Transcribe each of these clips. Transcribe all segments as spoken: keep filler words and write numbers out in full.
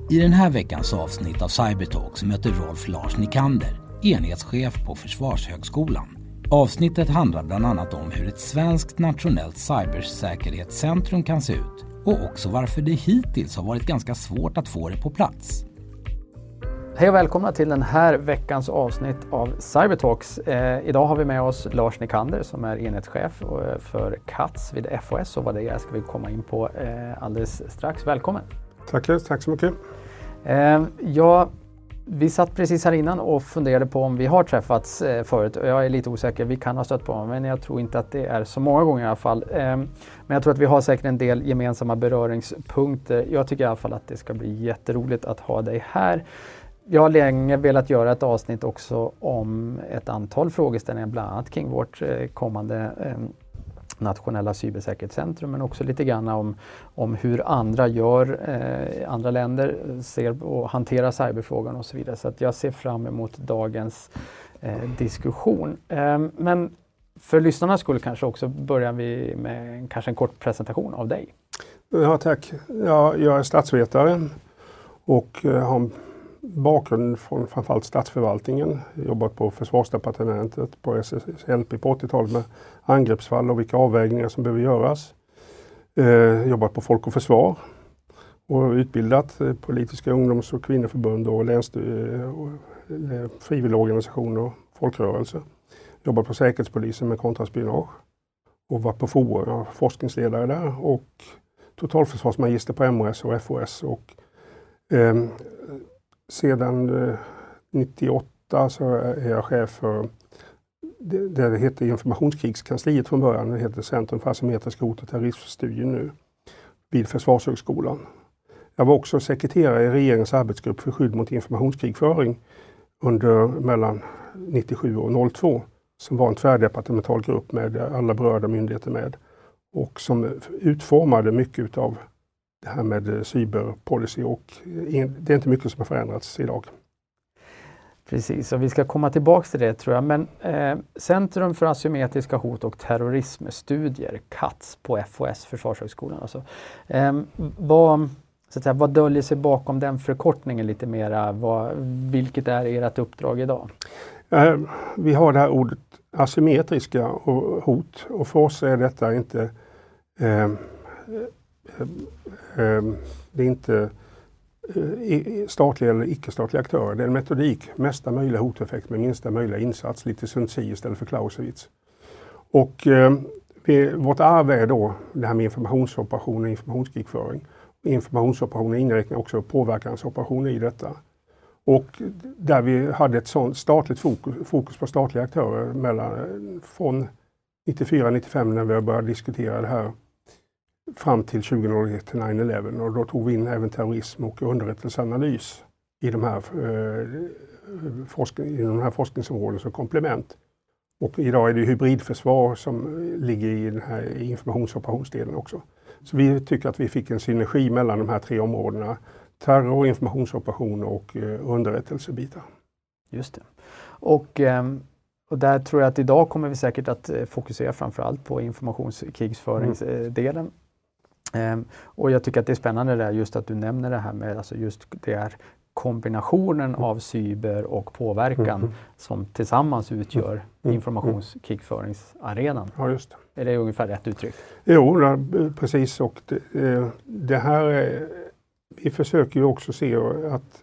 I den här veckans avsnitt av Cybertalks möter Rolf Lars Nikander, enhetschef på Försvarshögskolan. Avsnittet handlar bland annat om hur ett svenskt nationellt cybersäkerhetscentrum kan se ut och också varför det hittills har varit ganska svårt att få det på plats. Hej och välkomna till den här veckans avsnitt av Cybertalks. Eh, idag har vi med oss Lars Nikander som är enhetschef för C A T S vid F O S, och vad det är ska vi komma in på eh, alldeles strax. Välkommen! Tack, tack så mycket. Eh, ja, vi satt precis här innan och funderade på om vi har träffats eh, förut. Jag är lite osäker, vi kan ha stött på honom, men jag tror inte att det är så många gånger i alla fall. Eh, men jag tror att vi har säkert en del gemensamma beröringspunkter. Jag tycker i alla fall att det ska bli jätteroligt att ha dig här. Jag har länge velat göra ett avsnitt också om ett antal frågeställningar, bland annat kring vårt eh, kommande eh, nationella cybersäkerhetscentrum, men också lite grann om, om hur andra gör, eh, andra länder ser och hanterar cyberfrågan och så vidare. Så att jag ser fram emot dagens eh, diskussion. Eh, men för lyssnarna skulle kanske också börja vi med en, kanske en kort presentation av dig. Ja, tack. Ja, jag är statsvetare och eh, har bakgrund från framförallt statsförvaltningen. Jobbat på Försvarsdepartementet på S S L P på åttiotalet med angreppsfall och vilka avvägningar som behöver göras. Eh, jobbat på Folk och Försvar och utbildat eh, politiska ungdoms- och kvinnoförbund och länsstyrelser, eh, frivilligorganisationer och folkrörelser. Jobbat på Säkerhetspolisen med kontraspionage och varit på F O A, forskningsledare där, och totalförsvarsmagister på M O S och F O S. Och, eh, Sedan eh, nittioåtta så är jag chef för det, det heter informationskrigskansliet från början. Det heter Centrum för asymmetriska hot och terrorismstudier nu vid Försvarshögskolan. Jag var också sekreterare i regeringens arbetsgrupp för skydd mot informationskrigföring under mellan nittiosju och noll två, som var en tvärdepartemental grupp med alla berörda myndigheter med, och som utformade mycket av det här med cyberpolicy, och det är inte mycket som har förändrats idag. Precis, och vi ska komma tillbaka till det tror jag. Men eh, Centrum för asymmetriska hot och terrorismstudier, C A T S på F O S, Försvarshögskolan. Alltså, eh, vad, så att säga, vad döljer sig bakom den förkortningen lite mera? Vad, vilket är ert uppdrag idag? Eh, vi har det här ordet asymmetriska och hot, och för oss är detta inte eh, det är inte statliga eller icke-statliga aktörer. Det är en metodik, mesta möjliga hoteffekt med minsta möjliga insats, lite Sun Tzu istället för Clausewitz. Och eh, vi, vårt arv är då det här med informationsoperationer och informationskrigföring. Informationsoperationer inräknar också påverkansoperationer i detta. Och där vi hade ett sånt statligt fokus, fokus på statliga aktörer mellan, från nittiofyra nittiofem när vi började diskutera det här, fram till tjugohundraett till nio elva, och då tog vi in även terrorism och underrättelseanalys i de här, eh, forskning, i de här forskningsområdena som komplement. Och idag är det hybridförsvar som ligger i den här informationsoperationsdelen också. Så vi tycker att vi fick en synergi mellan de här tre områdena: terror, informationsoperationer och eh, underrättelsebitar. Just det. Och... Um... Och där tror jag att idag kommer vi säkert att fokusera framförallt på informationskrigsföringsdelen. Mm. Um, och jag tycker att det är spännande där just att du nämner det här med alltså just det är kombinationen mm. av cyber och påverkan mm. som tillsammans utgör mm. informationskrigföringsarenan. Ja, just det. Är det ungefär rätt uttryck? Jo, ja, precis. Och det, det här är, vi försöker ju också se att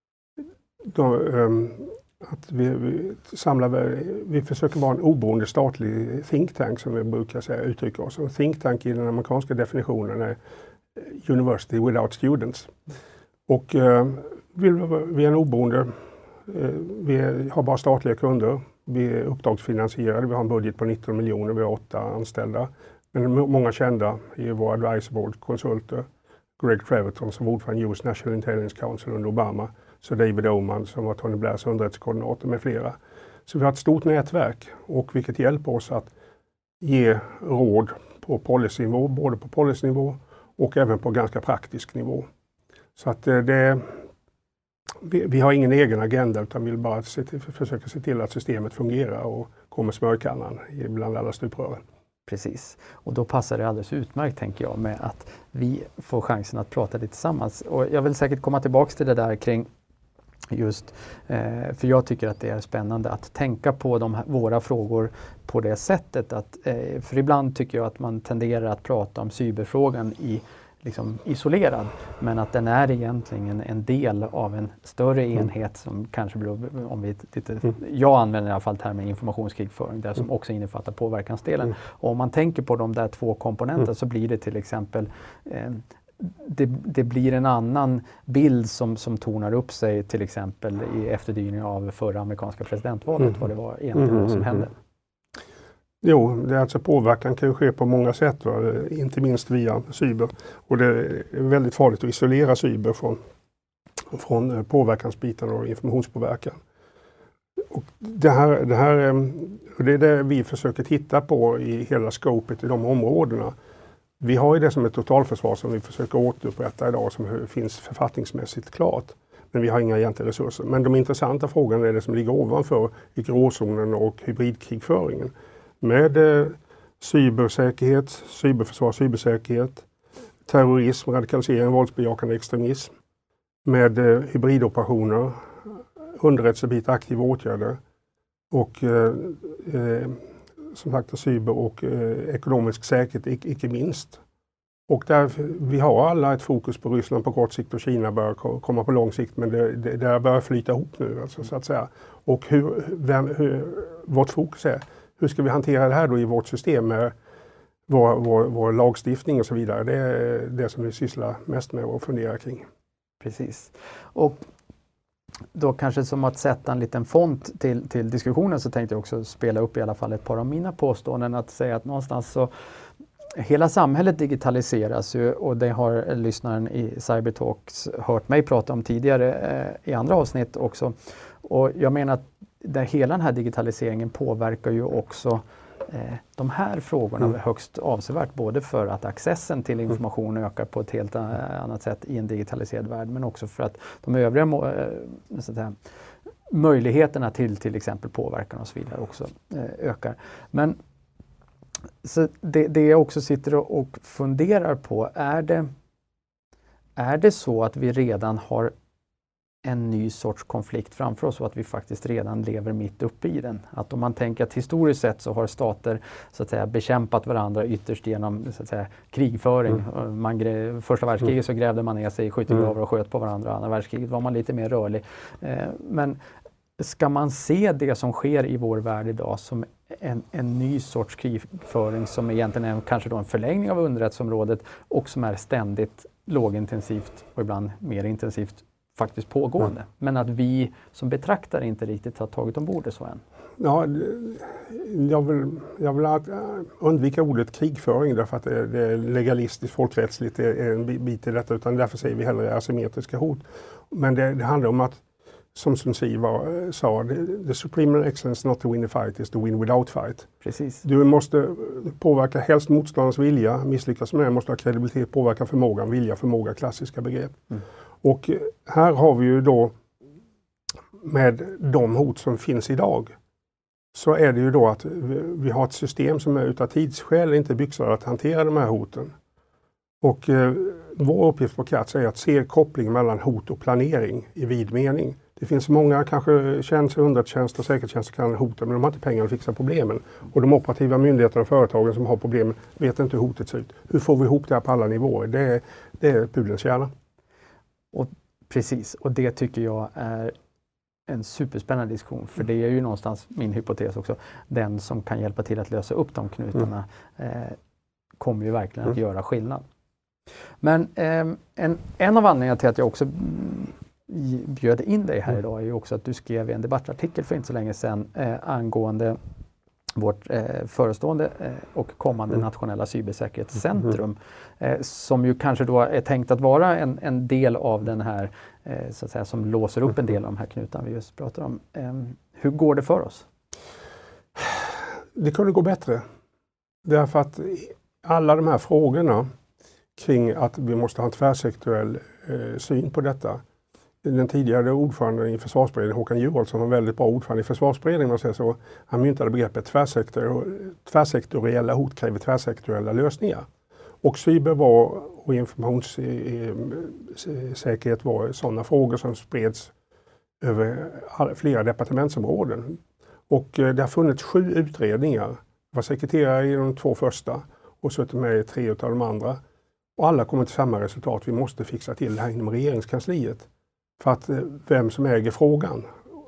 de, um, att vi, vi, samlar, vi försöker vara en oberoende statlig think tank, som vi brukar säga, uttrycka oss. Och think tank i den amerikanska definitionen är University without students. Och eh, vi, vi är en oberoende, eh, vi har bara statliga kunder, vi är uppdragsfinansierade, vi har en budget på nitton miljoner, vi har åtta anställda. Men många kända i vår advisory board, konsulter, Greg Treverton som var ordförande i U S National Intelligence Council under Obama, så David Oman som var Tony Blairs underrättelsekoordinator med flera. Så vi har ett stort nätverk, och vilket hjälper oss att ge råd på policynivå, både på policynivå och även på ganska praktisk nivå. Så att det, vi, vi har ingen egen agenda, utan vill bara se till, försöka se till att systemet fungerar och kommer smörkannan bland alla stuprören. Precis. Och då passar det alldeles utmärkt, tänker jag, med att vi får chansen att prata lite tillsammans. Och jag vill säkert komma tillbaka till det där kring just, eh, för jag tycker att det är spännande att tänka på de här, våra frågor på det sättet. Att, eh, för ibland tycker jag att man tenderar att prata om cyberfrågan i liksom isolerad, men att den är egentligen en del av en större enhet som kanske beror, om vi tittar, jag använder i alla fall termen informationskrigföring, där som också innefattar påverkansdelen. Mm. Och om man tänker på de där två komponenterna mm. så blir det till exempel eh, det, det blir en annan bild som, som tornar upp sig till exempel i efterdyningar av förra amerikanska presidentvalet, mm. vad det var egentligen mm. som hände. Jo, det är alltså påverkan kan ju ske på många sätt, va? Inte minst via cyber. Och det är väldigt farligt att isolera cyber från, från påverkansbiten och informationspåverkan. Och det, här, det, här, det är det vi försöker titta på i hela skopet i de områdena. Vi har ju det som ett totalförsvar som vi försöker återupprätta idag, som finns författningsmässigt klart. Men vi har inga egentliga resurser. Men de intressanta frågorna är det som ligger ovanför i gråzonen och hybridkrigföringen. Med eh, cybersäkerhet, cyberförsvar, cybersäkerhet, terrorism, radikalisering, våldsbejakande extremism. Med eh, hybridoperationer, underrättelsebit, aktiva åtgärder och eh, eh, som sagt cyber och eh, ekonomisk säkerhet icke minst. Och där, vi har alla ett fokus på Ryssland på kort sikt och Kina börjar komma på lång sikt, men det, det där börjar flyta ihop nu alltså, så att säga. Och hur, vem, hur, vårt fokus är, hur ska vi hantera det här då i vårt system med vår, vår, vår lagstiftning och så vidare. Det är det som vi sysslar mest med och funderar kring. Precis. Och då kanske som att sätta en liten font till, till diskussionen, så tänkte jag också spela upp i alla fall ett par av mina påståenden, att säga att någonstans så hela samhället digitaliseras ju, och det har lyssnaren i Cybertalks hört mig prata om tidigare eh, i andra avsnitt också. Och jag menar att där hela den här digitaliseringen påverkar ju också eh, de här frågorna mm. högst avsevärt, både för att accessen till information mm. ökar på ett helt annat sätt i en digitaliserad värld, men också för att de övriga eh, så att säga, möjligheterna till till exempel påverkan och så vidare också eh, ökar. Men så det, det jag också sitter och, och funderar på, är det, är det så att vi redan har en ny sorts konflikt framför oss och att vi faktiskt redan lever mitt uppe i den? Att om man tänker att historiskt sett så har stater så att säga bekämpat varandra ytterst genom så att säga krigföring. Mm. Man gre- första världskriget så grävde man ner sig i skyttegravar och sköt på varandra. Andra världskriget var man lite mer rörlig. Eh, men ska man se det som sker i vår värld idag som en, en ny sorts krigföring som egentligen är kanske då en förlängning av underrättelseområdet och som är ständigt lågintensivt och ibland mer intensivt faktiskt pågående. Mm. Men att vi som betraktare inte riktigt har tagit ombord det så än. Ja, jag vill, jag vill undvika ordet krigföring därför att det, det är legalistiskt, folkrättsligt, det är en bit i detta, utan därför säger vi hellre asymmetriska hot. Men det, det handlar om att, som Sun Tzu sa, the supreme excellence not to win a fight is to win without fight. Precis. Du måste påverka helst motståndarens vilja, misslyckas med det, måste ha kredibilitet, påverka förmågan, vilja, förmåga, klassiska begrepp. Mm. Och här har vi ju då med de hot som finns idag, så är det ju då att vi har ett system som är utav tidsskäl inte byxar att hantera de här hoten. Och eh, vår uppgift på Katz är att se kopplingen mellan hot och planering i vid mening. Det finns många kanske tjänster, underrättelsetjänster och säkerhetstjänster kan hota, men de har inte pengar att fixa problemen. Och de operativa myndigheterna och företagen som har problemen vet inte hur hotet ser ut. Hur får vi ihop det här på alla nivåer? Det är, det är pudelns kärna. Och precis, och det tycker jag är en superspännande diskussion, för det är ju någonstans min hypotes också, den som kan hjälpa till att lösa upp de knutarna mm. eh, kommer ju verkligen mm. att göra skillnad. Men eh, en, en av anledningarna till att jag också bjöd in dig här idag är ju också att du skrev en debattartikel för inte så länge sedan eh, angående vårt eh, förestående eh, och kommande mm. nationella cybersäkerhetscentrum mm. eh, som ju kanske då är tänkt att vara en, en del av den här eh, så att säga, som låser upp en del av de här knutarna vi just pratar om. Eh, hur går det för oss? Det kunde gå bättre. Därför att alla de här frågorna kring att vi måste ha en tvärsektoriell eh, syn på detta den tidigare ordföranden i försvarsberedningen, Håkan Juholt, som var väldigt bra ordförande i försvarsberedningen, man säger så, han myntade begreppet tvärsektor, tvärsektoriella hot kräver tvärsektoriella lösningar. Och cyber var, och informationssäkerhet var sådana frågor som spreds över flera departementsområden. Och det har funnits sju utredningar. Jag var sekreterare i de två första och suttit med i tre av de andra. Och alla kommer till samma resultat. Vi måste fixa till det här inom regeringskansliet. För att vem som äger frågan.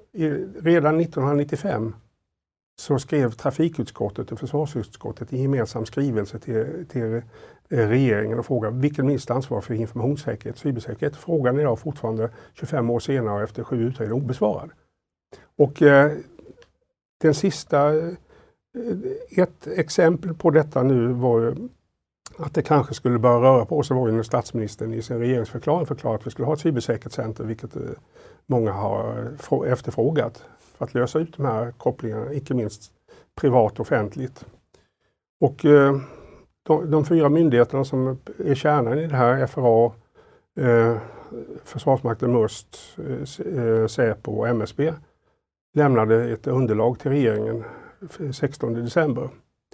Redan nittonhundranittiofem så skrev trafikutskottet och försvarsutskottet en gemensam skrivelse till, till regeringen och frågade vilken minst ansvar för informationssäkerhet och cybersäkerhet. Frågan är idag fortfarande tjugofem år senare efter sju utredningar obesvarad. Och eh, den sista, eh, ett exempel på detta nu var att det kanske skulle börja röra på sig var ju när statsministern i sin regeringsförklaring förklarade att vi skulle ha ett cybersäkerhetscenter, vilket eh, många har efterfrågat för att lösa ut de här kopplingarna, inte minst privat och offentligt. Och eh, de, de fyra myndigheterna som är kärnan i det här, F R A, eh, Försvarsmakten, Must, eh, Säpo och M S B, lämnade ett underlag till regeringen sextonde december.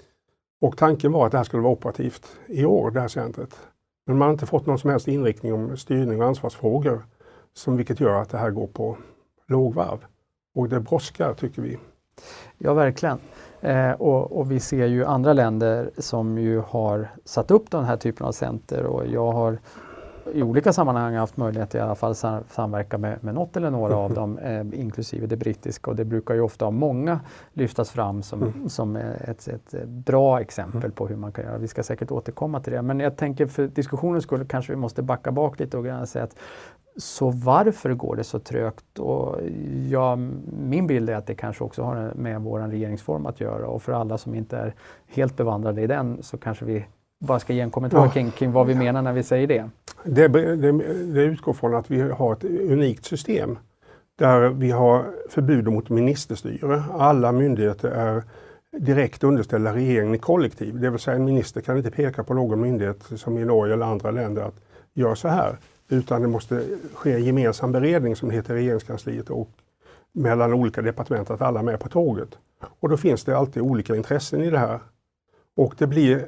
Och tanken var att det här skulle vara operativt i år, det här centret. Men man har inte fått någon som helst inriktning om styrning och ansvarsfrågor, som vilket gör att det här går på lågvarv. Och det brådskar, tycker vi. Ja, verkligen. Eh, och, och vi ser ju andra länder som ju har satt upp den här typen av center, och jag har i olika sammanhang haft möjlighet att i alla fall samverka med, med något eller några av dem, eh, inklusive det brittiska, och det brukar ju ofta av många lyftas fram som, mm. som ett, ett bra exempel mm. på hur man kan göra. Vi ska säkert återkomma till det, men jag tänker för diskussionen skulle kanske vi måste backa bak lite och säga att så varför går det så trögt? Och ja, min bild är att det kanske också har med vår regeringsform att göra, och för alla som inte är helt bevandrade i den så kanske vi bara ska ge en kommentar ja. kring, kring vad vi menar när vi säger det. Det, det. Det utgår från att vi har ett unikt system där vi har förbud mot ministerstyre. Alla myndigheter är direkt underställda regeringen i kollektiv. Det vill säga en minister kan inte peka på någon myndighet som i Norge eller andra länder att göra så här. Utan det måste ske en gemensam beredning som heter regeringskansliet och mellan olika departement, att alla är med på tåget. Och då finns det alltid olika intressen i det här. Och det blir...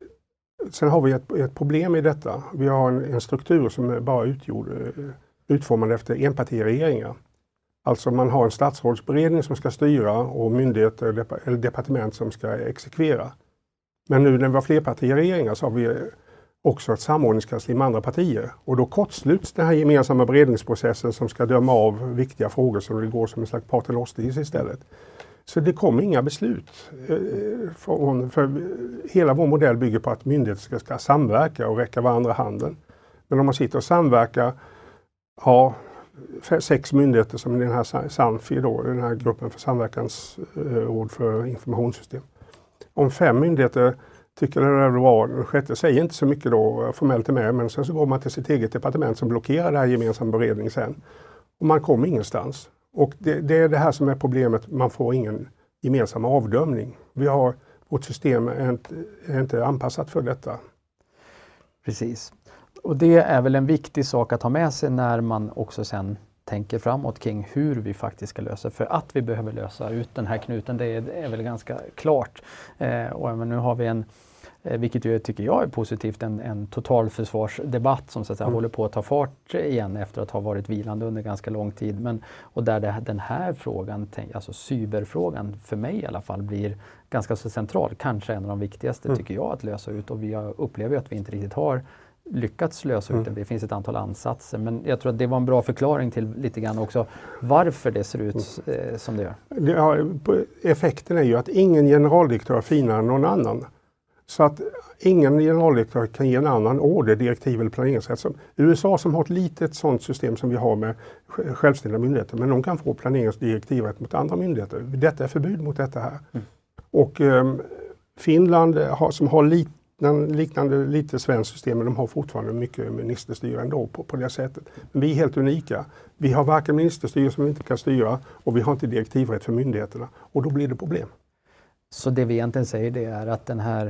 Sen har vi ett, ett problem i detta. Vi har en, en struktur som är bara utgjord, utformad efter enpartiregeringar. Alltså man har en statsrådsberedning som ska styra och myndigheter eller departement som ska exekvera. Men nu när vi har flerpartiregeringar så har vi också ett samordningskansli med andra partier. Och då kortsluts den här gemensamma beredningsprocessen som ska döma av viktiga frågor, som det går som en slags paternoster istället. Så det kommer inga beslut. För, för hela vår modell bygger på att myndigheter ska, ska samverka och räcka varandra handen. Men om man sitter och samverkar, ja, sex myndigheter som den här SAMFI då, den här gruppen för samverkansråd för informationssystem. Om fem myndigheter tycker det är bra, den sjätte säger inte så mycket då, formellt är med, men sen så går man till sitt eget departement som blockerar det här gemensamma beredning sen. Och man kommer ingenstans. Och det, det är det här som är problemet, man får ingen gemensam avdömning. Vi har, vårt system är inte, är inte anpassat för detta. Precis. Och det är väl en viktig sak att ha med sig när man också sen tänker framåt kring hur vi faktiskt ska lösa. För att vi behöver lösa ut den här knuten, det är, det är väl ganska klart. Eh, och nu har vi en, eh, vilket ju tycker jag är positivt, en, en totalförsvarsdebatt som så att säga mm. håller på att ta fart igen efter att ha varit vilande under ganska lång tid. Men, och där det, den här frågan, alltså cyberfrågan, för mig i alla fall blir ganska så central. Kanske en av de viktigaste mm. tycker jag att lösa ut, och vi upplever att vi inte riktigt har lyckats lösa ut det. Det finns ett antal ansatser, men jag tror att det var en bra förklaring till lite grann också varför det ser ut eh, som det gör. Ja, effekten är ju att ingen generaldirektör är finare än någon annan. Så att ingen generaldirektör kan ge en annan order, direktiv eller planeringsrätt. Som U S A som har ett litet sådant system som vi har med självständiga myndigheter, men de kan få planeringsdirektivrätt mot andra myndigheter. Detta är förbud mot detta här. Mm. Och eh, Finland har, som har lite liknande lite svenskt system, men de har fortfarande mycket ministerstyre ändå på, på det sättet. Men vi är helt unika. Vi har varken ministerstyre som vi inte kan styra, och vi har inte direktivrätt för myndigheterna. Och då blir det problem. Så det vi egentligen säger, det är att den här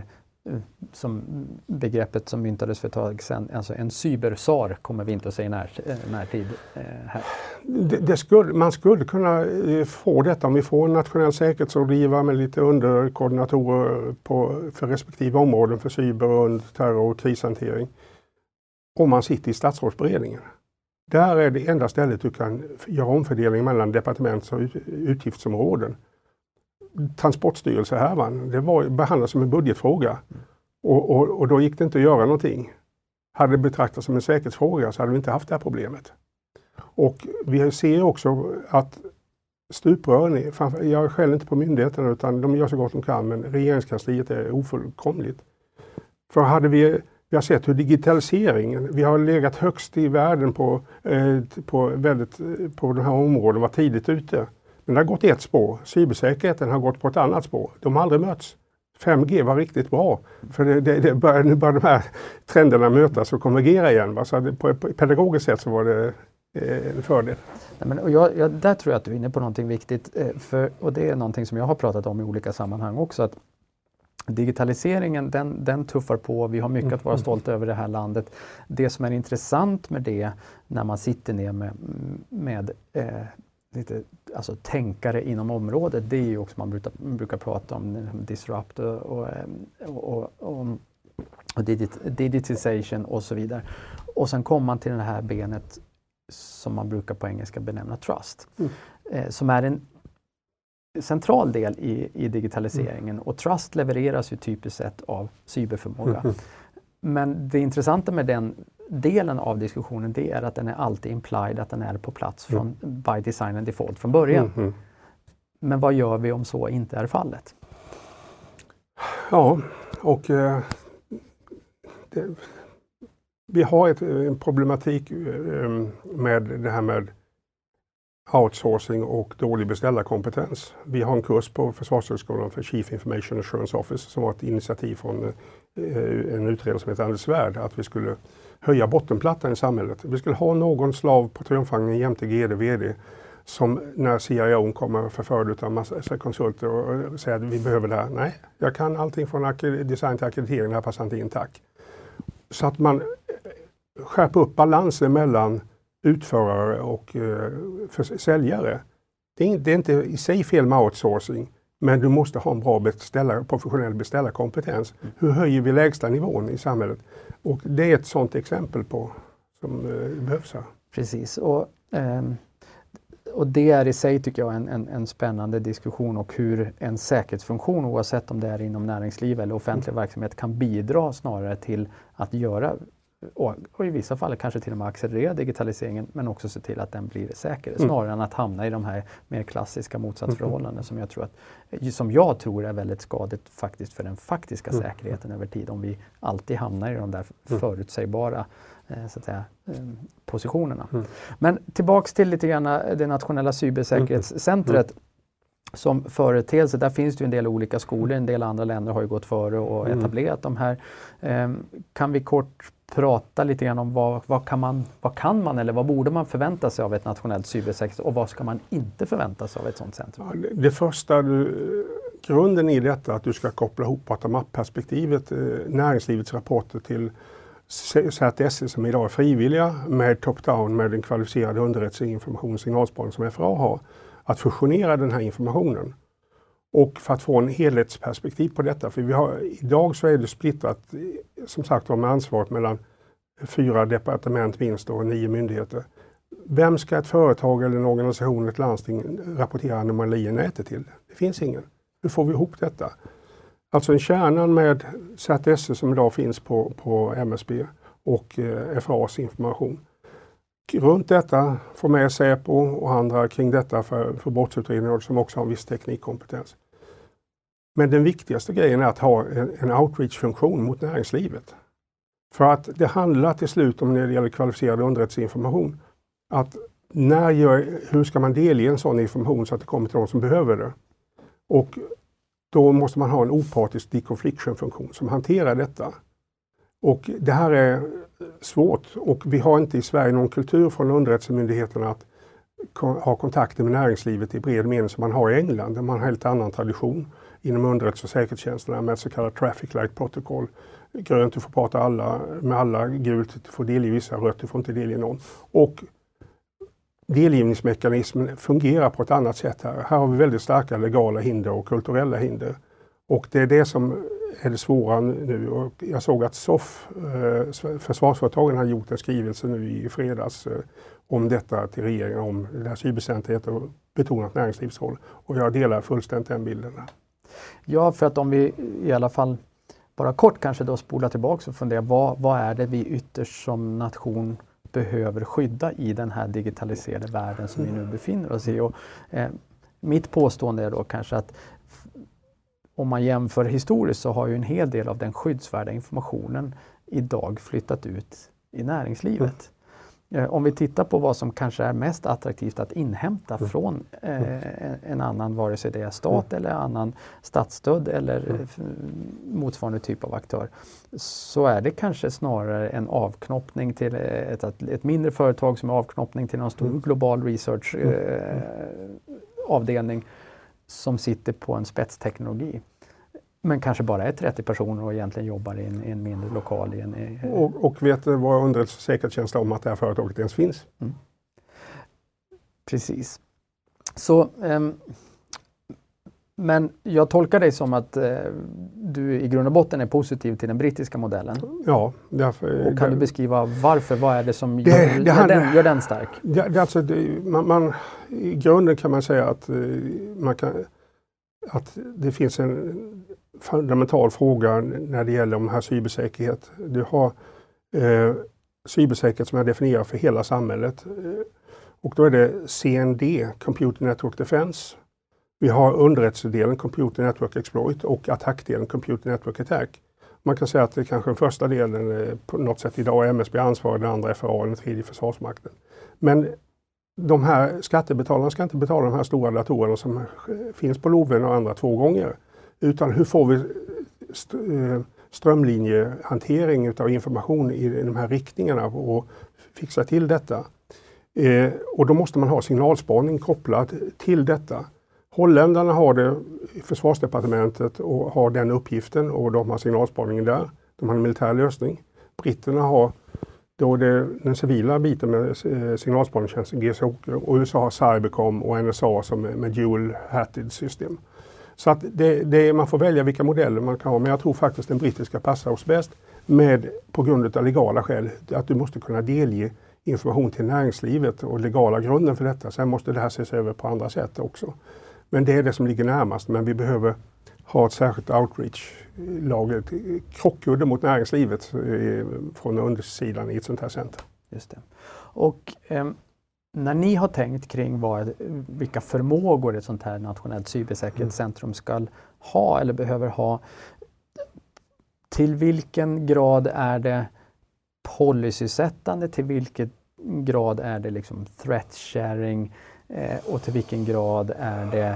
som begreppet som myntades för ett tag sedan, alltså en cybersar kommer vi inte att se i när, närtid eh, här. Det, det skulle, man skulle kunna få detta om vi får en nationell säkerhetsrådgivare med lite underkoordinatorer på, för respektive områden för cyber, och terror och krishantering. Om man sitter i statsrådsberedningen. Där är det enda stället du kan göra omfördelning mellan departements- och utgiftsområden. Transportstyrelsehärvan, det var behandlat som en budgetfråga. Och, och, och då gick det inte att göra någonting. Hade det betraktats som en säkerhetsfråga så hade vi inte haft det här problemet. Och vi ser också att stuprören, är, jag är själv inte på myndigheterna utan de gör så gott de kan, men regeringskansliet är ofullkomligt. För hade vi, vi har sett hur digitaliseringen, vi har legat högst i världen på, eh, på, väldigt, på de här områdena, var tidigt ute. Men det har gått ett spår, cybersäkerheten har gått på ett annat spår. De har aldrig mötts. fem G var riktigt bra, för det, det, det bör, nu börjar de här trenderna mötas och konvergera igen. Va? Så det, på ett pedagogiskt sätt så var det eh, en fördel. Nej, men, och jag, jag, där tror jag att du är inne på någonting viktigt, eh, för, och det är någonting som jag har pratat om i olika sammanhang också. Att digitaliseringen den, den tuffar på, vi har mycket att vara stolta över i det här landet. Det som är intressant med det när man sitter ner med, med eh, lite, alltså tänkare inom området, det är ju också man brukar, man brukar prata om disrupt och, och, och, och, och digit, digitization och så vidare. Och sen kommer man till det här benet som man brukar på engelska benämna trust. Mm. Eh, som är en central del i, i digitaliseringen. Mm. Och trust levereras ju typiskt sett av cyberförmåga. Mm. Men det intressanta med den delen av diskussionen, det är att den är alltid implied, att den är på plats från mm. by design and default från början. Mm. Men vad gör vi om så inte är fallet? Ja, och eh, det, vi har ett, en problematik eh, med det här med outsourcing och dålig beställarkompetens. Vi har en kurs på Försvarshögskolan för Chief Information Assurance Office som var ett initiativ från eh, en utredare som heter Anders Svärd, att vi skulle höja bottenplattan i samhället. Vi skulle ha någon slav på triumfvagnen jämte G D V D som när C I O kommer förförd utav massa konsulter och säger att vi behöver det här. Nej, jag kan allting från design till akkreditering, det här passar inte in, tack. Så att man skärper upp balansen mellan utförare och eh, säljare. Det är, det är inte i sig fel med outsourcing, men du måste ha en bra beställare, professionell beställarkompetens. Mm. Hur höjer vi lägsta nivån i samhället? Och det är ett sådant exempel på som eh, behövs här. Precis, och, eh, och det är i sig tycker jag en, en, en spännande diskussion, och hur en säkerhetsfunktion, oavsett om det är inom näringsliv eller offentlig mm. verksamhet, kan bidra snarare till att göra Och, och i vissa fall kanske till och med accelerera digitaliseringen, men också se till att den blir säker. Mm. Snarare än att hamna i de här mer klassiska motsatsförhållanden mm. som jag tror att, som jag tror är väldigt skadligt faktiskt för den faktiska mm. säkerheten över tid, om vi alltid hamnar i de där mm. förutsägbara eh, så att säga, eh, positionerna. Mm. Men tillbaks till lite grann det nationella cybersäkerhetscentret. Mm. Som företeelse, där finns det ju en del olika skolor, en del andra länder har ju gått före och mm. etablerat de här. Eh, kan vi kort prata lite grann om vad, vad, kan man, vad kan man eller vad borde man förvänta sig av ett nationellt cybersäkerhet, och vad ska man inte förvänta sig av ett sådant centrum? Ja, det, det första, du, grunden i detta att du ska koppla ihop bottom-up-perspektivet, eh, näringslivets rapporter till C T S som idag är frivilliga, med top-down, med den kvalificerade underrättelseinformation och signalspaning som F R A har, att fusionera den här informationen. Och för att få en helhetsperspektiv på detta, för vi har, idag så är det splittrat, som sagt, med ansvaret mellan fyra departement minst och nio myndigheter. Vem ska ett företag eller en organisation, ett landsting rapportera anomalier i nätet till? Det finns ingen. Hur får vi ihop detta? Alltså en kärnan med C T S som idag finns på, på M S B och eh, F R A:s information. Runt detta får med Säpo och andra kring detta för, för brottsutredningar som också har en viss teknikkompetens. Men den viktigaste grejen är att ha en, en outreach-funktion mot näringslivet. För att det handlar till slut om, när det gäller kvalificerad underrättelseinformation, att när gör, hur ska man delge en sån information så att det kommer till de som behöver det. Och då måste man ha en opartisk deconfliction-funktion som hanterar detta. Och det här är svårt, och vi har inte i Sverige någon kultur från underrättelsemyndigheterna att ha kontakter med näringslivet i bred mening som man har i England, där man har en helt annan tradition. inom underrättelse- och säkerhetstjänsterna med så kallat traffic light protocol. Grönt, du får prata alla, med alla, gult, du får delge vissa, rött, du får inte delge någon. Och delgivningsmekanismen fungerar på ett annat sätt här. Här har vi väldigt starka legala hinder och kulturella hinder. Och det är det som är det svåra nu. Och jag såg att S O F, eh, försvarsföretagen, har gjort en skrivelse nu i fredags eh, om detta till regeringen, om det här cybercentret och betonat näringslivets roll. Och jag delar fullständigt den bilden. Ja, för att om vi i alla fall bara kort kanske då spolar tillbaka och funderar, vad, vad är det vi ytterst som nation behöver skydda i den här digitaliserade världen som vi nu befinner oss i? Och, eh, mitt påstående är då kanske att om man jämför historiskt så har ju en hel del av den skyddsvärda informationen idag flyttat ut i näringslivet. Mm. Eh, om vi tittar på vad som kanske är mest attraktivt att inhämta mm. från eh, en annan, vare sig det är stat mm. eller annan statsstödd eller mm. motsvarande typ av aktör, så är det kanske snarare en avknoppning till ett, ett mindre företag som är avknoppning till någon stor mm. global research eh, avdelning som sitter på en spetsteknologi. Men kanske bara är trettio personer och egentligen jobbar i en, i en mindre lokal. I en, i, och, och vet vad underrättelse- och säkerhetstjänsten om att det här företaget ens finns? Mm. Precis. Så, um, men jag tolkar dig som att uh, du i grund och botten är positiv till den brittiska modellen. Ja. Därför, och kan det, du beskriva varför? Vad är det som det, gör, det gör, handlar, den, gör den stark? Det, det, alltså, det, man, man, I grunden kan man säga att, uh, man kan, att det finns en fundamental fråga när det gäller om här cybersäkerhet. Du har eh, cybersäkerhet som är definierad för hela samhället. Eh, och då är det C N D, Computer Network Defense. Vi har underrättelsedelen, Computer Network Exploit, och attackdelen, Computer Network Attack. Man kan säga att det kanske den första delen eh, på något sätt idag är M S B ansvarig, den andra F R A och den tredje Försvarsmakten. Men de här skattebetalarna ska inte betala de här stora datorerna som finns på Loven och andra två gånger. Utan hur får vi strömlinjehantering av information i de här riktningarna och fixa till detta. Och då måste man ha signalspaning kopplad till detta. Holländarna har det i försvarsdepartementet och har den uppgiften, och de har signalspaningen där. De har en militär lösning. Britterna har då det, den civila biten med signalspaningstjänsten G S O C, och U S A har Cybercom och N S A som med dual-hatted system. Så att det, det, man får välja vilka modeller man kan ha, men jag tror faktiskt den brittiska passar oss bäst med, på grund av legala skäl, att du måste kunna delge information till näringslivet och legala grunden för detta. Sen måste det här ses över på andra sätt också. Men det är det som ligger närmast, men vi behöver ha ett särskilt outreach-lag, krockkudde mot näringslivet eh, från undersidan i ett sånt här center. Just det. Och eh, när ni har tänkt kring vad, vilka förmågor ett sånt här nationellt cybersäkerhetscentrum ska ha eller behöver ha, till vilken grad är det policysättande, till vilken grad är det liksom threat sharing eh, och till vilken grad är det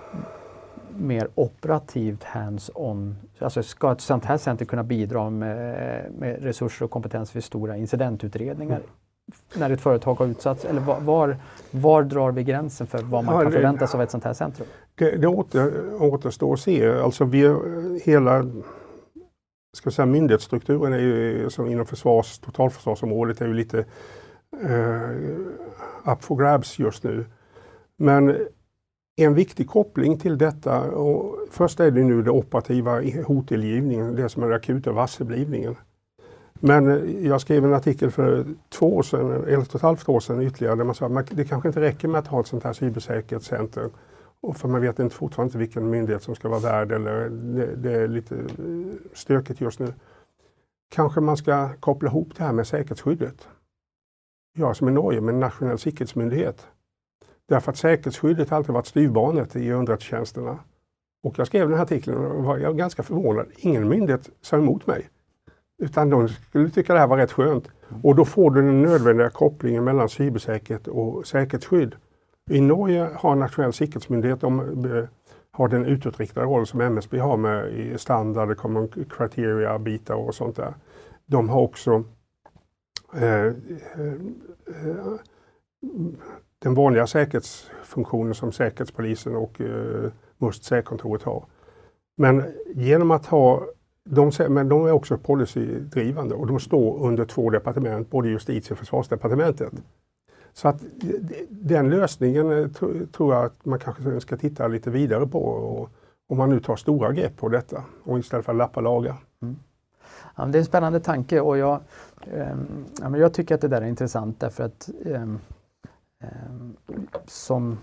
mer operativt hands-on? Alltså ska ett sånt här center kunna bidra med, med resurser och kompetens för stora incidentutredningar mm. när ett företag har utsatts? Eller var, var, var drar vi gränsen för vad man ja, kan förvänta sig av ett sånt här centrum? Det, det åter, återstår att se. Alltså vi, hela ska jag säga, myndighetsstrukturen är ju, som inom försvars, totalförsvarsområdet är ju lite uh, up for grabs just nu. Men en viktig koppling till detta, och först är det nu det operativa hotelgivningen, det som är den akuta varselblivningen. Men jag skrev en artikel för två år sedan, eller ett och ett halvt år sedan ytterligare, där man sa att det kanske inte räcker med att ha ett sånt här cybersäkerhetscenter. Och för man vet inte fortfarande inte vilken myndighet som ska vara värd, eller det, det är lite stökigt just nu. Kanske man ska koppla ihop det här med säkerhetsskyddet. Ja, som i Norge med en nationell säkerhetsmyndighet. Därför att säkerhetsskyddet har alltid varit styvbarnet i underrättelsetjänsterna. Och jag skrev den här artikeln och var jag ganska förvånad. Ingen myndighet sa emot mig. Utan de skulle tycka det här var rätt skönt. Och då får du den nödvändiga kopplingen mellan cybersäkerhet och säkerhetsskydd. I Norge har en nationell säkerhetsmyndighet, de har den utåtriktade roll som M S B har med i standard, common criteria, bitar och sånt där. De har också eh, eh, den vanliga säkerhetsfunktionen som Säkerhetspolisen och eh, Must-säkerhetskontoret har. Men genom att ha, de, men de är också policydrivande och de står under två departement, både justitie- och försvarsdepartementet. Så att den lösningen tror jag att man kanske ska titta lite vidare på och, om man nu tar stora grepp på detta och istället för att lappa laga. Mm. Ja, det är en spännande tanke och jag, eh, ja, men jag tycker att det där är intressant därför att eh, eh, som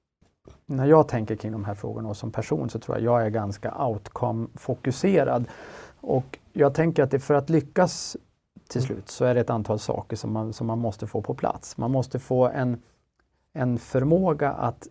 när jag tänker kring de här frågorna och som person så tror jag jag är ganska outcome-fokuserad. Och jag tänker att det för att lyckas till slut så är det ett antal saker som man, som man måste få på plats. Man måste få en, en förmåga att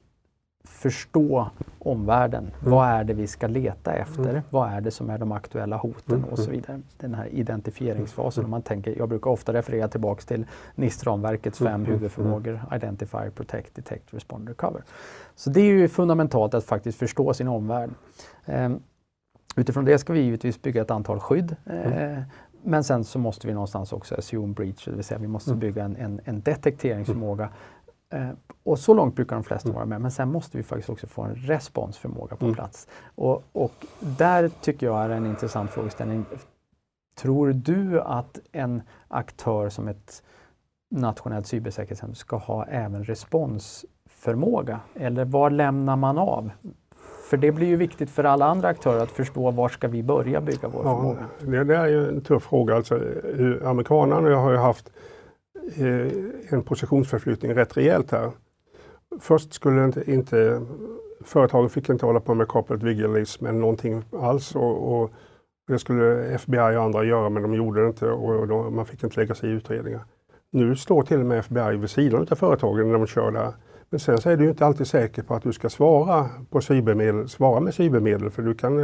förstå omvärlden. Mm. Vad är det vi ska leta efter? Mm. Vad är det som är de aktuella hoten mm. och så vidare. Den här identifieringsfasen. Mm. Man tänker, jag brukar ofta referera tillbaka till N I S T-ramverkets fem mm. huvudförmågor. Identify, Protect, Detect, Respond, Recover. Så det är ju fundamentalt att faktiskt förstå sin omvärld. Um, utifrån det ska vi givetvis bygga ett antal skydd. Mm. Uh, men sen så måste vi någonstans också assume breach, det vill säga vi måste mm. bygga en, en, en detekteringsförmåga. Eh, och så långt brukar de flesta mm. vara med, men sen måste vi faktiskt också få en responsförmåga på mm. plats. Och, och där tycker jag är en intressant frågeställning. Tror du att en aktör som ett nationellt cybersäkerhetscentrum ska ha även responsförmåga? Eller var lämnar man av? För det blir ju viktigt för alla andra aktörer att förstå var ska vi börja bygga vår ja, förmåga. Det, det är ju en tuff fråga. Alltså, amerikanerna har ju haft eh, en positionsförflyttning rätt rejält här. Först skulle inte, inte företagen fick inte hålla på med corporate vigilism eller någonting alls. Och, och det skulle F B I och andra göra, men de gjorde det inte och då, man fick inte lägga sig i utredningar. Nu står till och med F B I vid sidan av företagen när de kör där. Men sen så är du ju inte alltid säker på att du ska svara på cybermedel, svara med cybermedel, för du kan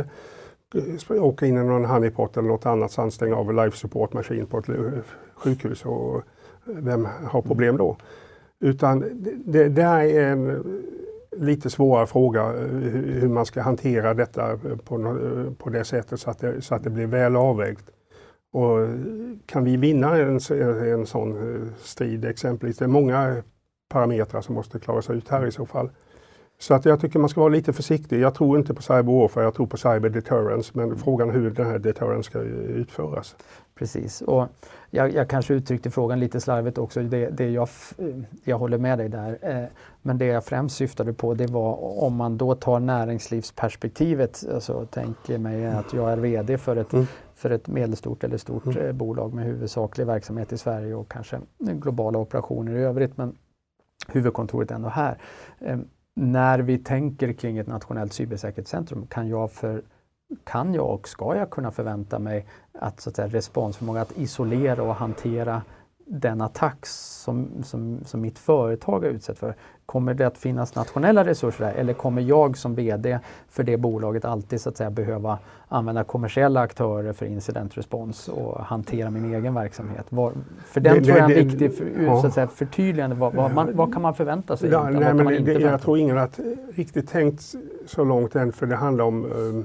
eh, åka in i någon honeypot eller något annat anstäng av life support maskin på ett sjukhus och vem har problem då? Utan det, det här är en lite svårare fråga hur man ska hantera detta på, på det sättet så att det, så att det blir väl avvägt. Och kan vi vinna en, en sån strid exempelvis, det är många parametrar som måste klaras ut här i så fall. Så att jag tycker man ska vara lite försiktig. Jag tror inte på cyber warfare, jag tror på cyber deterrence, men frågan är hur den här deterrence ska utföras. Precis, och jag, jag kanske uttryckte frågan lite slarvigt också. Det, det jag, jag håller med dig där. Eh, men det jag främst syftade på, det var om man då tar näringslivsperspektivet. Alltså tänker mig att jag är vd för ett, mm. för ett medelstort eller stort mm. eh, bolag med huvudsaklig verksamhet i Sverige och kanske globala operationer i övrigt. Men huvudkontoret ändå här. Eh, när vi tänker kring ett nationellt cybersäkerhetscentrum kan jag, för, kan jag och ska jag kunna förvänta mig att, så att säga, responsförmåga att isolera och hantera den attack som, som, som mitt företag är utsatt för. Kommer det att finnas nationella resurser där, eller kommer jag som vd för det bolaget alltid så att säga behöva använda kommersiella aktörer för incidentrespons och hantera min egen verksamhet? Var, för den det, tror jag är en viktig för, ja. så att säga, förtydligande. Vad, vad, man, vad kan man förvänta sig? Ja, nej, men det, jag tror ingen har riktigt tänkt så långt än, för det handlar om um,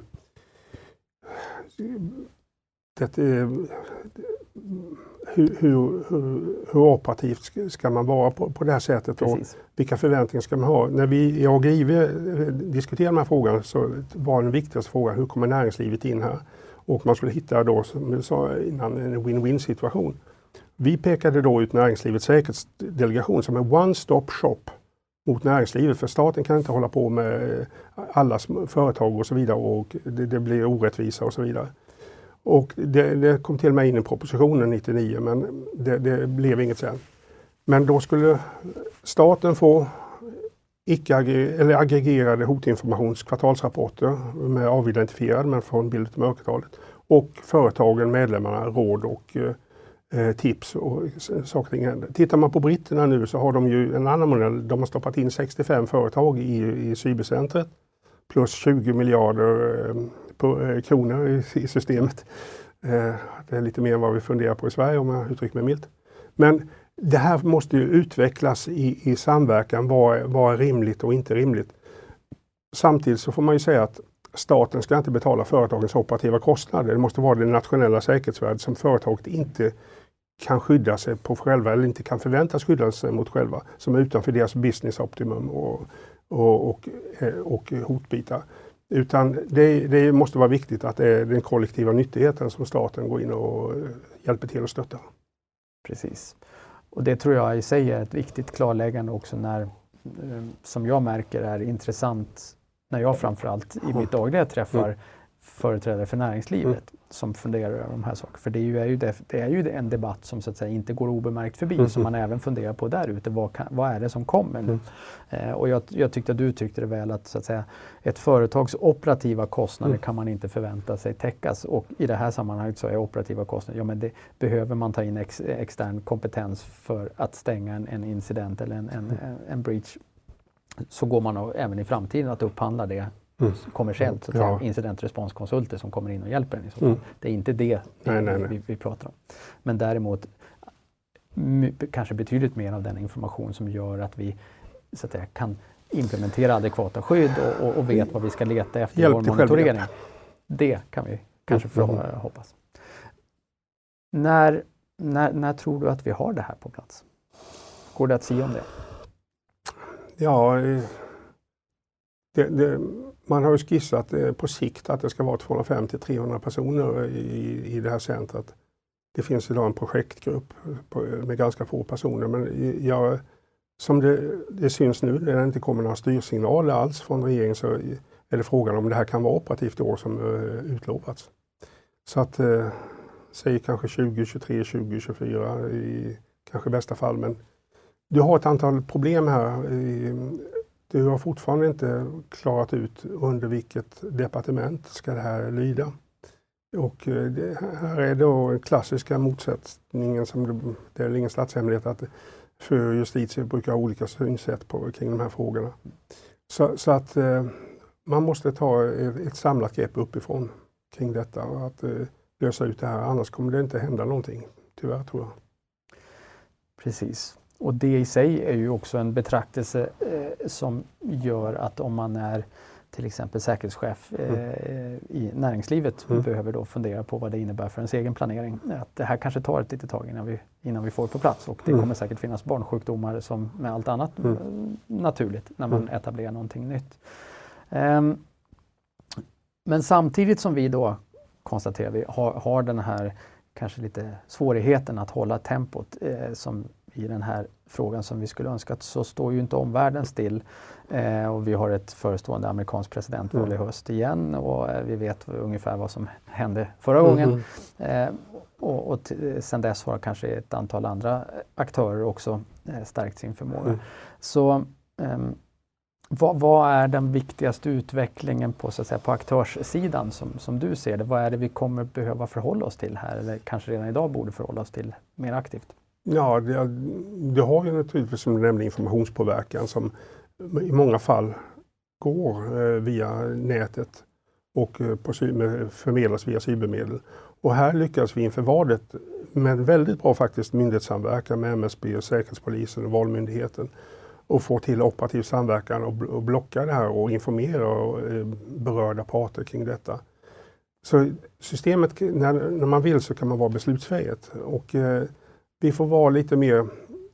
det, uh, Hur, hur, hur operativt ska man vara på, på det här sättet och Precis. Vilka förväntningar ska man ha? När vi, jag och I V diskuterade den här frågan så var den viktigaste frågan, hur kommer näringslivet in här? Och man skulle hitta då, som jag sa innan, en win-win situation. Vi pekade då ut näringslivets säkerhetsdelegation som en one-stop shop mot näringslivet, för staten kan inte hålla på med alla företag och så vidare och det, det blir orättvisa och så vidare. Och det, det kom till mig in i propositionen nittionio, men det, det blev inget sen. Men då skulle staten få icke eller aggregerade hotinformationskvartalsrapporter med avidentifierad men från bild till mörkertalet. Och företagen, medlemmarna, råd och eh, tips och saker och ting händer. Tittar man på britterna nu så har de ju en annan modell. De har stoppat in sextiofem företag i, i cybercentret plus tjugo miljarder eh, på, eh, kronor i, i systemet. Eh, det är lite mer än vad vi funderar på i Sverige, om jag uttrycker mig milt. Men det här måste ju utvecklas i, i samverkan. Vad, vad är rimligt och inte rimligt? Samtidigt så får man ju säga att staten ska inte betala företagens operativa kostnader. Det måste vara det nationella säkerhetsvärdet som företaget inte kan skydda sig på själva eller inte kan förväntas skydda sig mot själva, som är utanför deras business optimum och, och, och, och hotbitar. Utan det, det måste vara viktigt att det är den kollektiva nyttigheten som staten går in och hjälper till att stötta. Precis. Och det tror jag i sig är ett viktigt klarläggande också när, som jag märker är intressant när jag framförallt i mitt dagliga träffar mm. företrädare för näringslivet mm. som funderar över de här sakerna. För det är ju, är ju, det, det är ju en debatt som så att säga inte går obemärkt förbi mm. som man även funderar på där ute. Vad, kan, vad är det som kommer nu? Mm. Eh, och jag, jag tyckte att du tyckte det väl att, så att säga, ett företags operativa kostnader mm. kan man inte förvänta sig täckas. Och i det här sammanhanget så är operativa kostnader, ja men det behöver man ta in ex, extern kompetens för att stänga en, en incident eller en, en, en, en breach. Så går man även i framtiden att upphandla det Mm. kommersiellt, så att ja. säga, incidentresponskonsulter som kommer in och hjälper en i så fall. Mm. Det är inte det nej, nej, nej. Vi, vi pratar om. Men däremot my, kanske betydligt mer av den information som gör att vi så att säga, kan implementera adekvata skydd och, och, och vet vad vi ska leta efter i vår monitorering. Det kan vi kanske få mm. hoppas. När, när, när tror du att vi har det här på plats? Går det att säga om det? Ja, det, det man har ju skissat eh, på sikt att det ska vara tvåhundrafemtio till trehundra personer i, i det här centret. Det finns idag en projektgrupp på, med ganska få personer, men jag, som det, det syns nu, när det inte kommer några styrsignaler alls från regeringen, så är det frågan om det här kan vara operativt i år som eh, utlovats. Så att, eh, säg kanske tjugo tjugotre, tjugo tjugofyra i kanske bästa fall, men du har ett antal problem här. I, Du har fortfarande inte klarat ut under vilket departement ska det här lyda. Och det här är då den klassiska motsättningen, som det, det är ingen statshemlighet att för justitie brukar ha olika synsätt på, kring de här frågorna. Så, så att eh, man måste ta ett, ett samlat grepp uppifrån kring detta och att eh, lösa ut det här. Annars kommer det inte hända någonting, tyvärr tror jag. Precis. Och det i sig är ju också en betraktelse eh, som gör att om man är till exempel säkerhetschef eh, mm. i näringslivet mm. behöver då fundera på vad det innebär för ens egen planering. Att det här kanske tar ett litet tag innan vi, innan vi får på plats, och det mm. kommer säkert finnas barnsjukdomar som med allt annat mm. naturligt när man mm. etablerar någonting nytt. Um, men samtidigt som vi då konstaterar vi har, har den här kanske lite svårigheten att hålla tempot eh, som i den här frågan som vi skulle önskat, så står ju inte omvärlden still. Eh, och vi har ett förestående amerikanskt presidentval mm. i höst igen, och eh, vi vet ungefär vad som hände förra mm. gången. Eh, och och t- sen dess har kanske ett antal andra aktörer också eh, stärkt sin förmåga. Mm. Så eh, vad, vad är den viktigaste utvecklingen på, så att säga, på aktörssidan som, som du ser det? Vad är det vi kommer behöva förhålla oss till här, eller kanske redan idag borde förhålla oss till mer aktivt? Ja, det, det har ju naturligtvis, som du nämnde, informationspåverkan som i många fall går eh, via nätet och eh, på, med, förmedlas via cybermedel. Och här lyckas vi inför valet med väldigt bra faktiskt myndighetssamverkan med M S B och Säkerhetspolisen och Valmyndigheten och få till operativ samverkan och, och blocka det här och informera och, eh, berörda parter kring detta. Så systemet, när, när man vill så kan man vara beslutsfähigt, och eh, vi får vara lite mer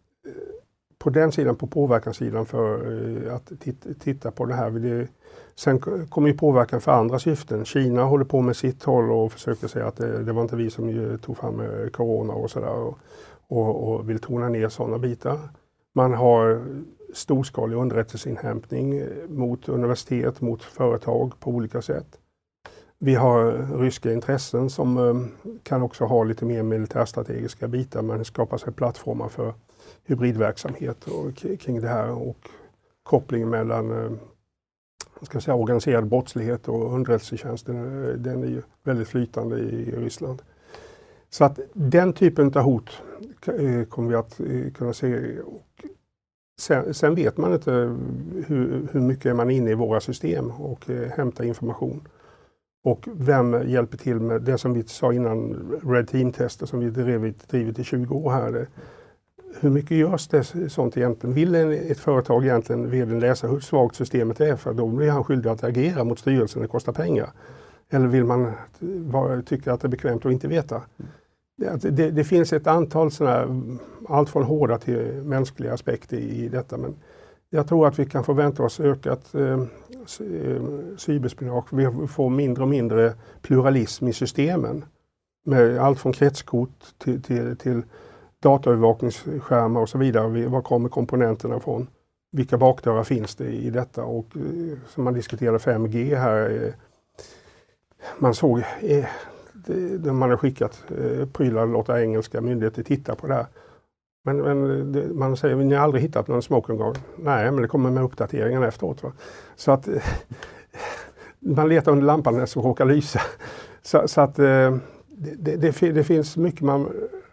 på den sidan, på påverkanssidan, för att titta på det här. Det, sen kommer ju påverkan för andra syften. Kina håller på med sitt håll och försöker säga att det, det var inte vi som tog fram corona och sådär, och, och, och vill tona ner sådana bitar. Man har storskalig underrättelseinhämtning mot universitet, mot företag på olika sätt. Vi har ryska intressen som um, kan också ha lite mer militärstrategiska bitar. Man skapar sig plattformar för hybridverksamhet och k- kring det här, och kopplingen mellan uh, ska säga, organiserad brottslighet och underrättelsetjänsten, uh, den är ju väldigt flytande i, i Ryssland. Så att den typen av hot uh, kommer vi att uh, kunna se. Och sen, sen vet man inte hur, hur mycket är man inne i våra system och uh, hämtar information. Och vem hjälper till med det som vi sa innan, Red Team-tester som vi drivit, drivit i tjugo år här. Det, hur mycket görs det sånt egentligen? Vill en, ett företag egentligen vdn läsa hur svagt systemet är, för då blir han skyldig att agera mot styrelsen, det kostar pengar. Eller vill man bara tycka att det är bekvämt att inte veta? Det, det, det finns ett antal sådana, allt från hårda till mänskliga aspekter i detta, men Jag tror att vi kan förvänta oss ökat eh, cyberspionage. Vi får mindre och mindre pluralism i systemen. Med allt från kretskort till, till, till dataövervakningsskärmar och så vidare. Var kommer komponenterna från? Vilka bakdörrar finns det i detta? Och eh, som man diskuterade fem G här. Eh, man såg, eh, det, man har skickat eh, prylar, låta engelska myndigheter titta på det här. Men, men det, man säger, ni har aldrig hittat någon smoking gun. Nej, men det kommer med uppdateringen efteråt. Va? Så att eh, man letar under lampan när som råkar lysa. Så, så att eh, det, det, det finns mycket man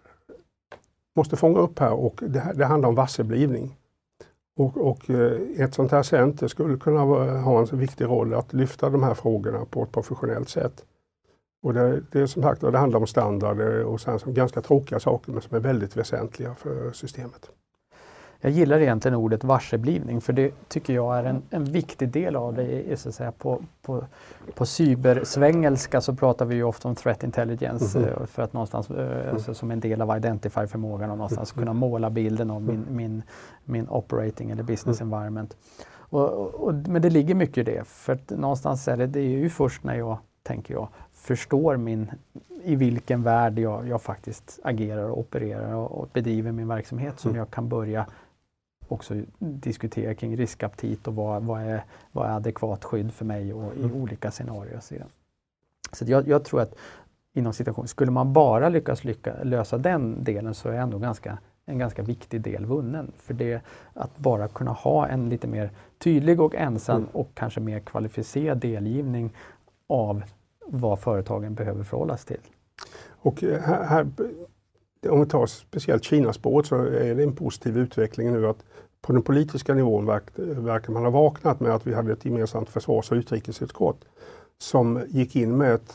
måste fånga upp här och det, det handlar om varseblivning. Och, och ett sånt här center skulle kunna ha en viktig roll att lyfta de här frågorna på ett professionellt sätt. Och det, det är som sagt, det handlar om standarder och sen som ganska tråkiga saker men som är väldigt väsentliga för systemet. Jag gillar egentligen ordet varseblivning för det tycker jag är en, en viktig del av det. Så att säga. På, på, på cybersvängelska så pratar vi ju ofta om threat intelligence mm-hmm. för att någonstans mm. alltså, som en del av identify-förmågan och någonstans mm. kunna måla bilden av min, min, min operating eller business mm. environment. Och, och, men det ligger mycket i det för att någonstans är det, det är ju först när jag, tänker jag, förstår min, i vilken värld jag, jag faktiskt agerar och opererar och, och bedriver min verksamhet som mm. jag kan börja också diskutera kring riskaptit och vad, vad, är, vad är adekvat skydd för mig och i mm. olika scenarier. Så jag, jag tror att inom situation, skulle man bara lyckas lycka, lösa den delen så är ändå ganska, en ganska viktig del vunnen. För det att bara kunna ha en lite mer tydlig och ensam mm. och kanske mer kvalificerad delgivning av vad företagen behöver förhållas till. Och här, här om vi tar speciellt Kina-spåret så är det en positiv utveckling nu att på den politiska nivån verk, verkar man ha vaknat med att vi hade ett gemensamt försvars- och utrikesutskott som gick in med ett,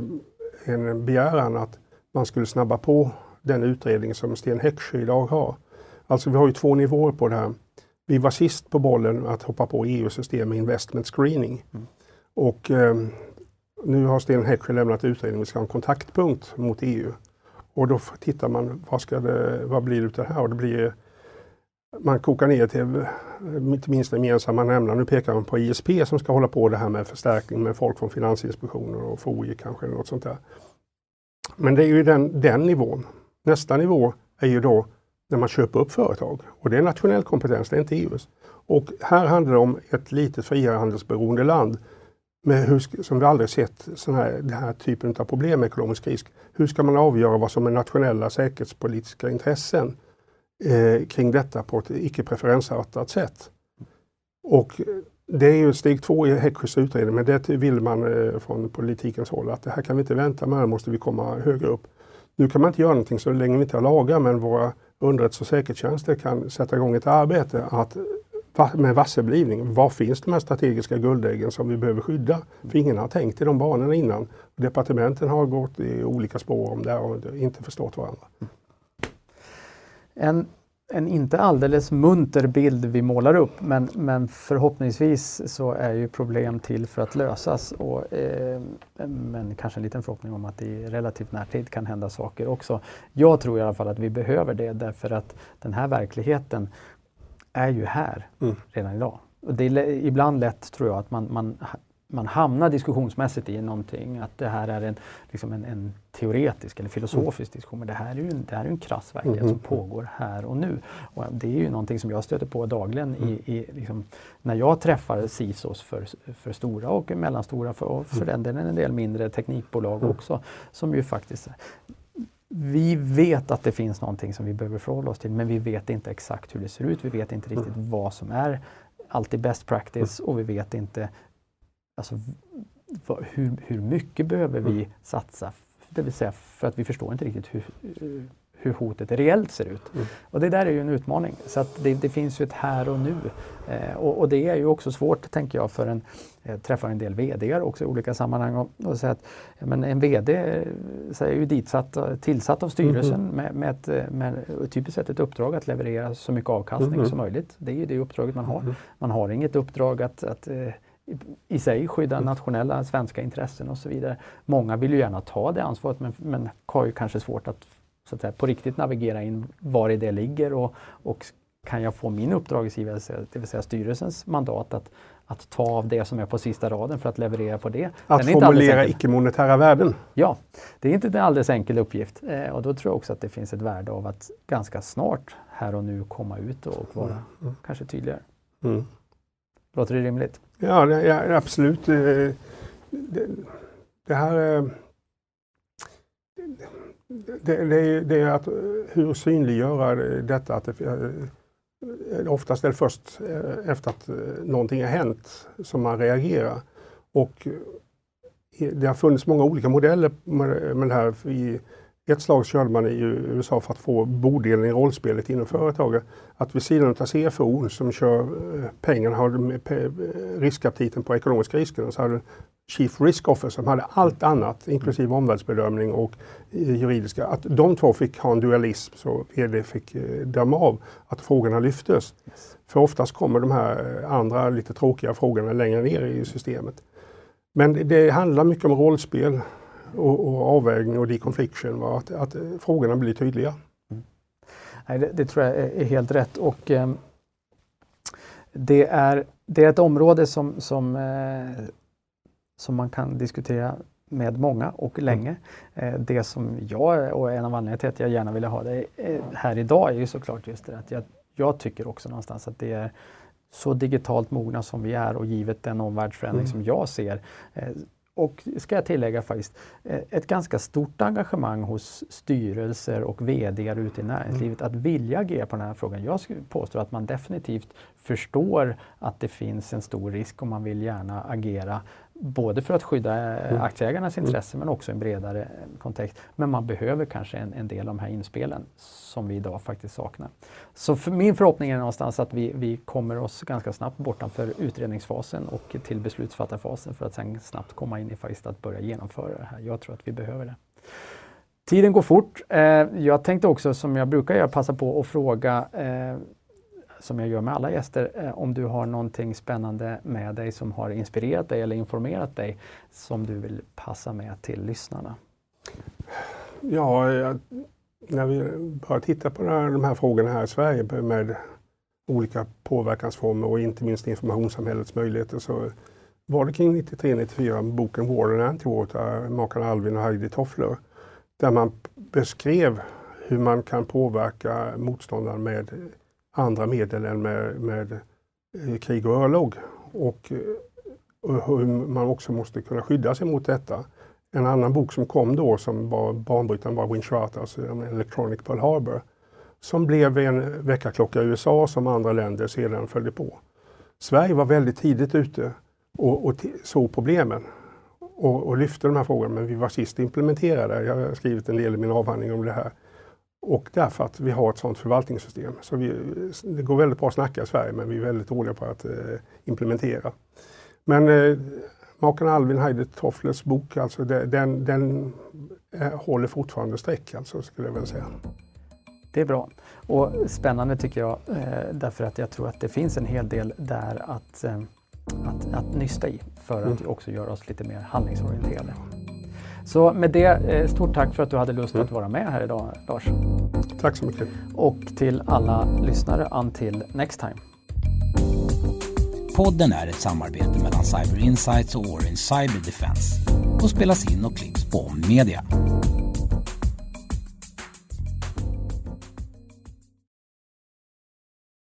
en begäran att man skulle snabba på den utredning som Sten Heckscher idag har. Alltså vi har ju två nivåer på det här. Vi var sist på bollen att hoppa på E U-system med investment screening. Mm. Och eh, nu har Sten Heckscher lämnat utredningen, vi ska ha en kontaktpunkt mot E U. Och då tittar man, vad, ska det, vad blir det här? Och det blir, man kokar ner till inte minst den gemensamma nämnaren. Nu pekar man på I S P som ska hålla på det här med förstärkning med folk från Finansinspektionen och F O I kanske eller något sånt där. Men det är ju den, den nivån. Nästa nivå är ju då när man köper upp företag. Och det är nationell kompetens, det är inte E U:s. Och här handlar det om ett litet frihandelsberoende land med hur, som vi aldrig sett sån här, den här typen av problem med ekonomisk risk. Hur ska man avgöra vad som är nationella säkerhetspolitiska intressen eh, kring detta på ett icke-preferensartat sätt? Och det är ju steg två i Heckschers utredning, men det vill man eh, från politikens håll att det här kan vi inte vänta med, måste vi komma högre upp. Nu kan man inte göra någonting så länge vi inte har lagar, men våra underrättelse- och säkerhetstjänster kan sätta igång ett arbete att med varseblivning. Var finns de här strategiska guldäggen som vi behöver skydda? För ingen har tänkt i de banorna innan. Departementen har gått i olika spår om det här och inte förstått varandra. En, en inte alldeles munter bild vi målar upp, men, men förhoppningsvis så är ju problem till för att lösas. Och, eh, men kanske en liten förhoppning om att det i relativt närtid kan hända saker också. Jag tror i alla fall att vi behöver det därför att den här verkligheten är ju här mm. redan idag. Och det är ibland lätt tror jag att man, man, man hamnar diskussionsmässigt i någonting. Att det här är en, liksom en, en teoretisk eller filosofisk mm. diskussion. Men det här är ju en, det här är en krass verklighet mm. som pågår här och nu. Och det är ju någonting som jag stöter på dagligen mm. i, i, liksom, när jag träffar C I S Os för, för stora och mellanstora för, och för mm. den delen en del mindre teknikbolag mm. också. Som ju faktiskt vi vet att det finns någonting som vi behöver förhålla oss till, men vi vet inte exakt hur det ser ut. Vi vet inte riktigt mm. vad som är alltid best practice och vi vet inte alltså, vad, hur, hur mycket behöver vi satsa. Det vill säga för att vi förstår inte riktigt hur, hur hotet reellt ser ut. Mm. Och det där är ju en utmaning. Så att det, det finns ju ett här och nu. Eh, och, och det är ju också svårt, tänker jag, för en jag träffar en del vd:ar också i olika sammanhang och, och säger att ja, men en vd så är ju ditsatt, tillsatt av styrelsen mm. med, med, ett, med typiskt sett ett uppdrag att leverera så mycket avkastning mm. som möjligt. Det är ju det uppdraget man har. Mm. Man har inget uppdrag att, att i, i sig skydda mm. nationella svenska intressen och så vidare. Många vill ju gärna ta det ansvaret men, men har ju kanske svårt att, så att säga, på riktigt navigera in var i det ligger och, och kan jag få min uppdragsgivare, det vill säga styrelsens mandat att, att ta av det som är på sista raden för att leverera på det. Att formulera icke-monetära värden. Ja, det är inte en alldeles enkel uppgift. Eh, och då tror jag också att det finns ett värde av att ganska snart här och nu komma ut och vara mm. Mm. kanske tydligare. Mm. Låter det rimligt? Ja, det, ja absolut. Det, det här det, det, det är att hur synliggöra detta att det, oftast är det först efter att någonting har hänt som man reagerar. Och det har funnits många olika modeller med det här. I ett slag körde man i U S A för att få bodelning i rollspelet inom företaget. Att vid sidan av C F O som kör pengarna, har riskaptiten på ekonomiska riskerna, så hade Chief Risk Officer som hade allt annat, inklusive omvärldsbedömning och juridiska. Att de två fick ha en dualism så vd fick döma av att frågorna lyftes. Yes. För oftast kommer de här andra lite tråkiga frågorna längre ner i systemet. Men det handlar mycket om rollspel och, och avvägning och deconfliction, va? Att, att frågorna blir tydliga. Mm. Nej, det, det tror jag är helt rätt. Och eh, det, är, det är ett område som, som, eh, som man kan diskutera med många och länge. Mm. Eh, det som jag, och en av anledningarna till att jag gärna ville ha det eh, här idag, är ju såklart just det att jag, jag tycker också någonstans att det är så digitalt mogna som vi är och givet den omvärldsförändring mm. som jag ser. Eh, och ska jag tillägga faktiskt eh, ett ganska stort engagemang hos styrelser och vd:ar ute i näringslivet mm. att vilja agera på den här frågan. Jag skulle påstå att man definitivt förstår att det finns en stor risk och man vill gärna agera både för att skydda mm. aktieägarnas intresse mm. men också i en bredare kontext. Men man behöver kanske en, en del av de här inspelen som vi idag faktiskt saknar. Så för min förhoppning är någonstans att vi, vi kommer oss ganska snabbt bortanför utredningsfasen och till beslutsfattarfasen för att sen snabbt komma in i faktiskt att börja genomföra det här. Jag tror att vi behöver det. Tiden går fort. Eh, jag tänkte också, som jag brukar göra, passa på att fråga eh, som jag gör med alla gäster, eh, om du har någonting spännande med dig som har inspirerat dig eller informerat dig som du vill passa med till lyssnarna. Ja, jag, när vi börjar titta på här, de här frågorna här i Sverige med olika påverkansformer och inte minst informationssamhällets möjligheter, så var det kring nittiotre nittiofyra boken War and Anti-War av makarna Alvin och Heidi Toffler, där man beskrev hur man kan påverka motståndaren med andra medel än med, med krig och örlog. Och, och hur man också måste kunna skydda sig mot detta. En annan bok som kom då som var banbrytaren var Windscharters Electronic Pearl Harbor, som blev en väckarklocka i U S A som andra länder sedan följde på. Sverige var väldigt tidigt ute och, och såg problemen och, och lyfte de här frågorna, men vi var sist implementerade. Jag har skrivit en del i min avhandling om det här. Och därför att vi har ett sådant förvaltningssystem. Så vi, det går väldigt bra att snacka i Sverige, men vi är väldigt dåliga på att eh, implementera. Men eh, makarna Alvin Heidi Tofflers bok, alltså det, den, den är, håller fortfarande streck, alltså, skulle jag väl säga. Det är bra. Och spännande tycker jag, eh, därför att jag tror att det finns en hel del där att, eh, att, att nysta i för att mm. också göra oss lite mer handlingsorienterade. Så med det, stort tack för att du hade lust mm. att vara med här idag, Lars. Tack så mycket. Och till alla lyssnare, until next time. Podden är ett samarbete mellan Cyber Insights och Orange Cyber Defense och spelas in och klipps på Om Media.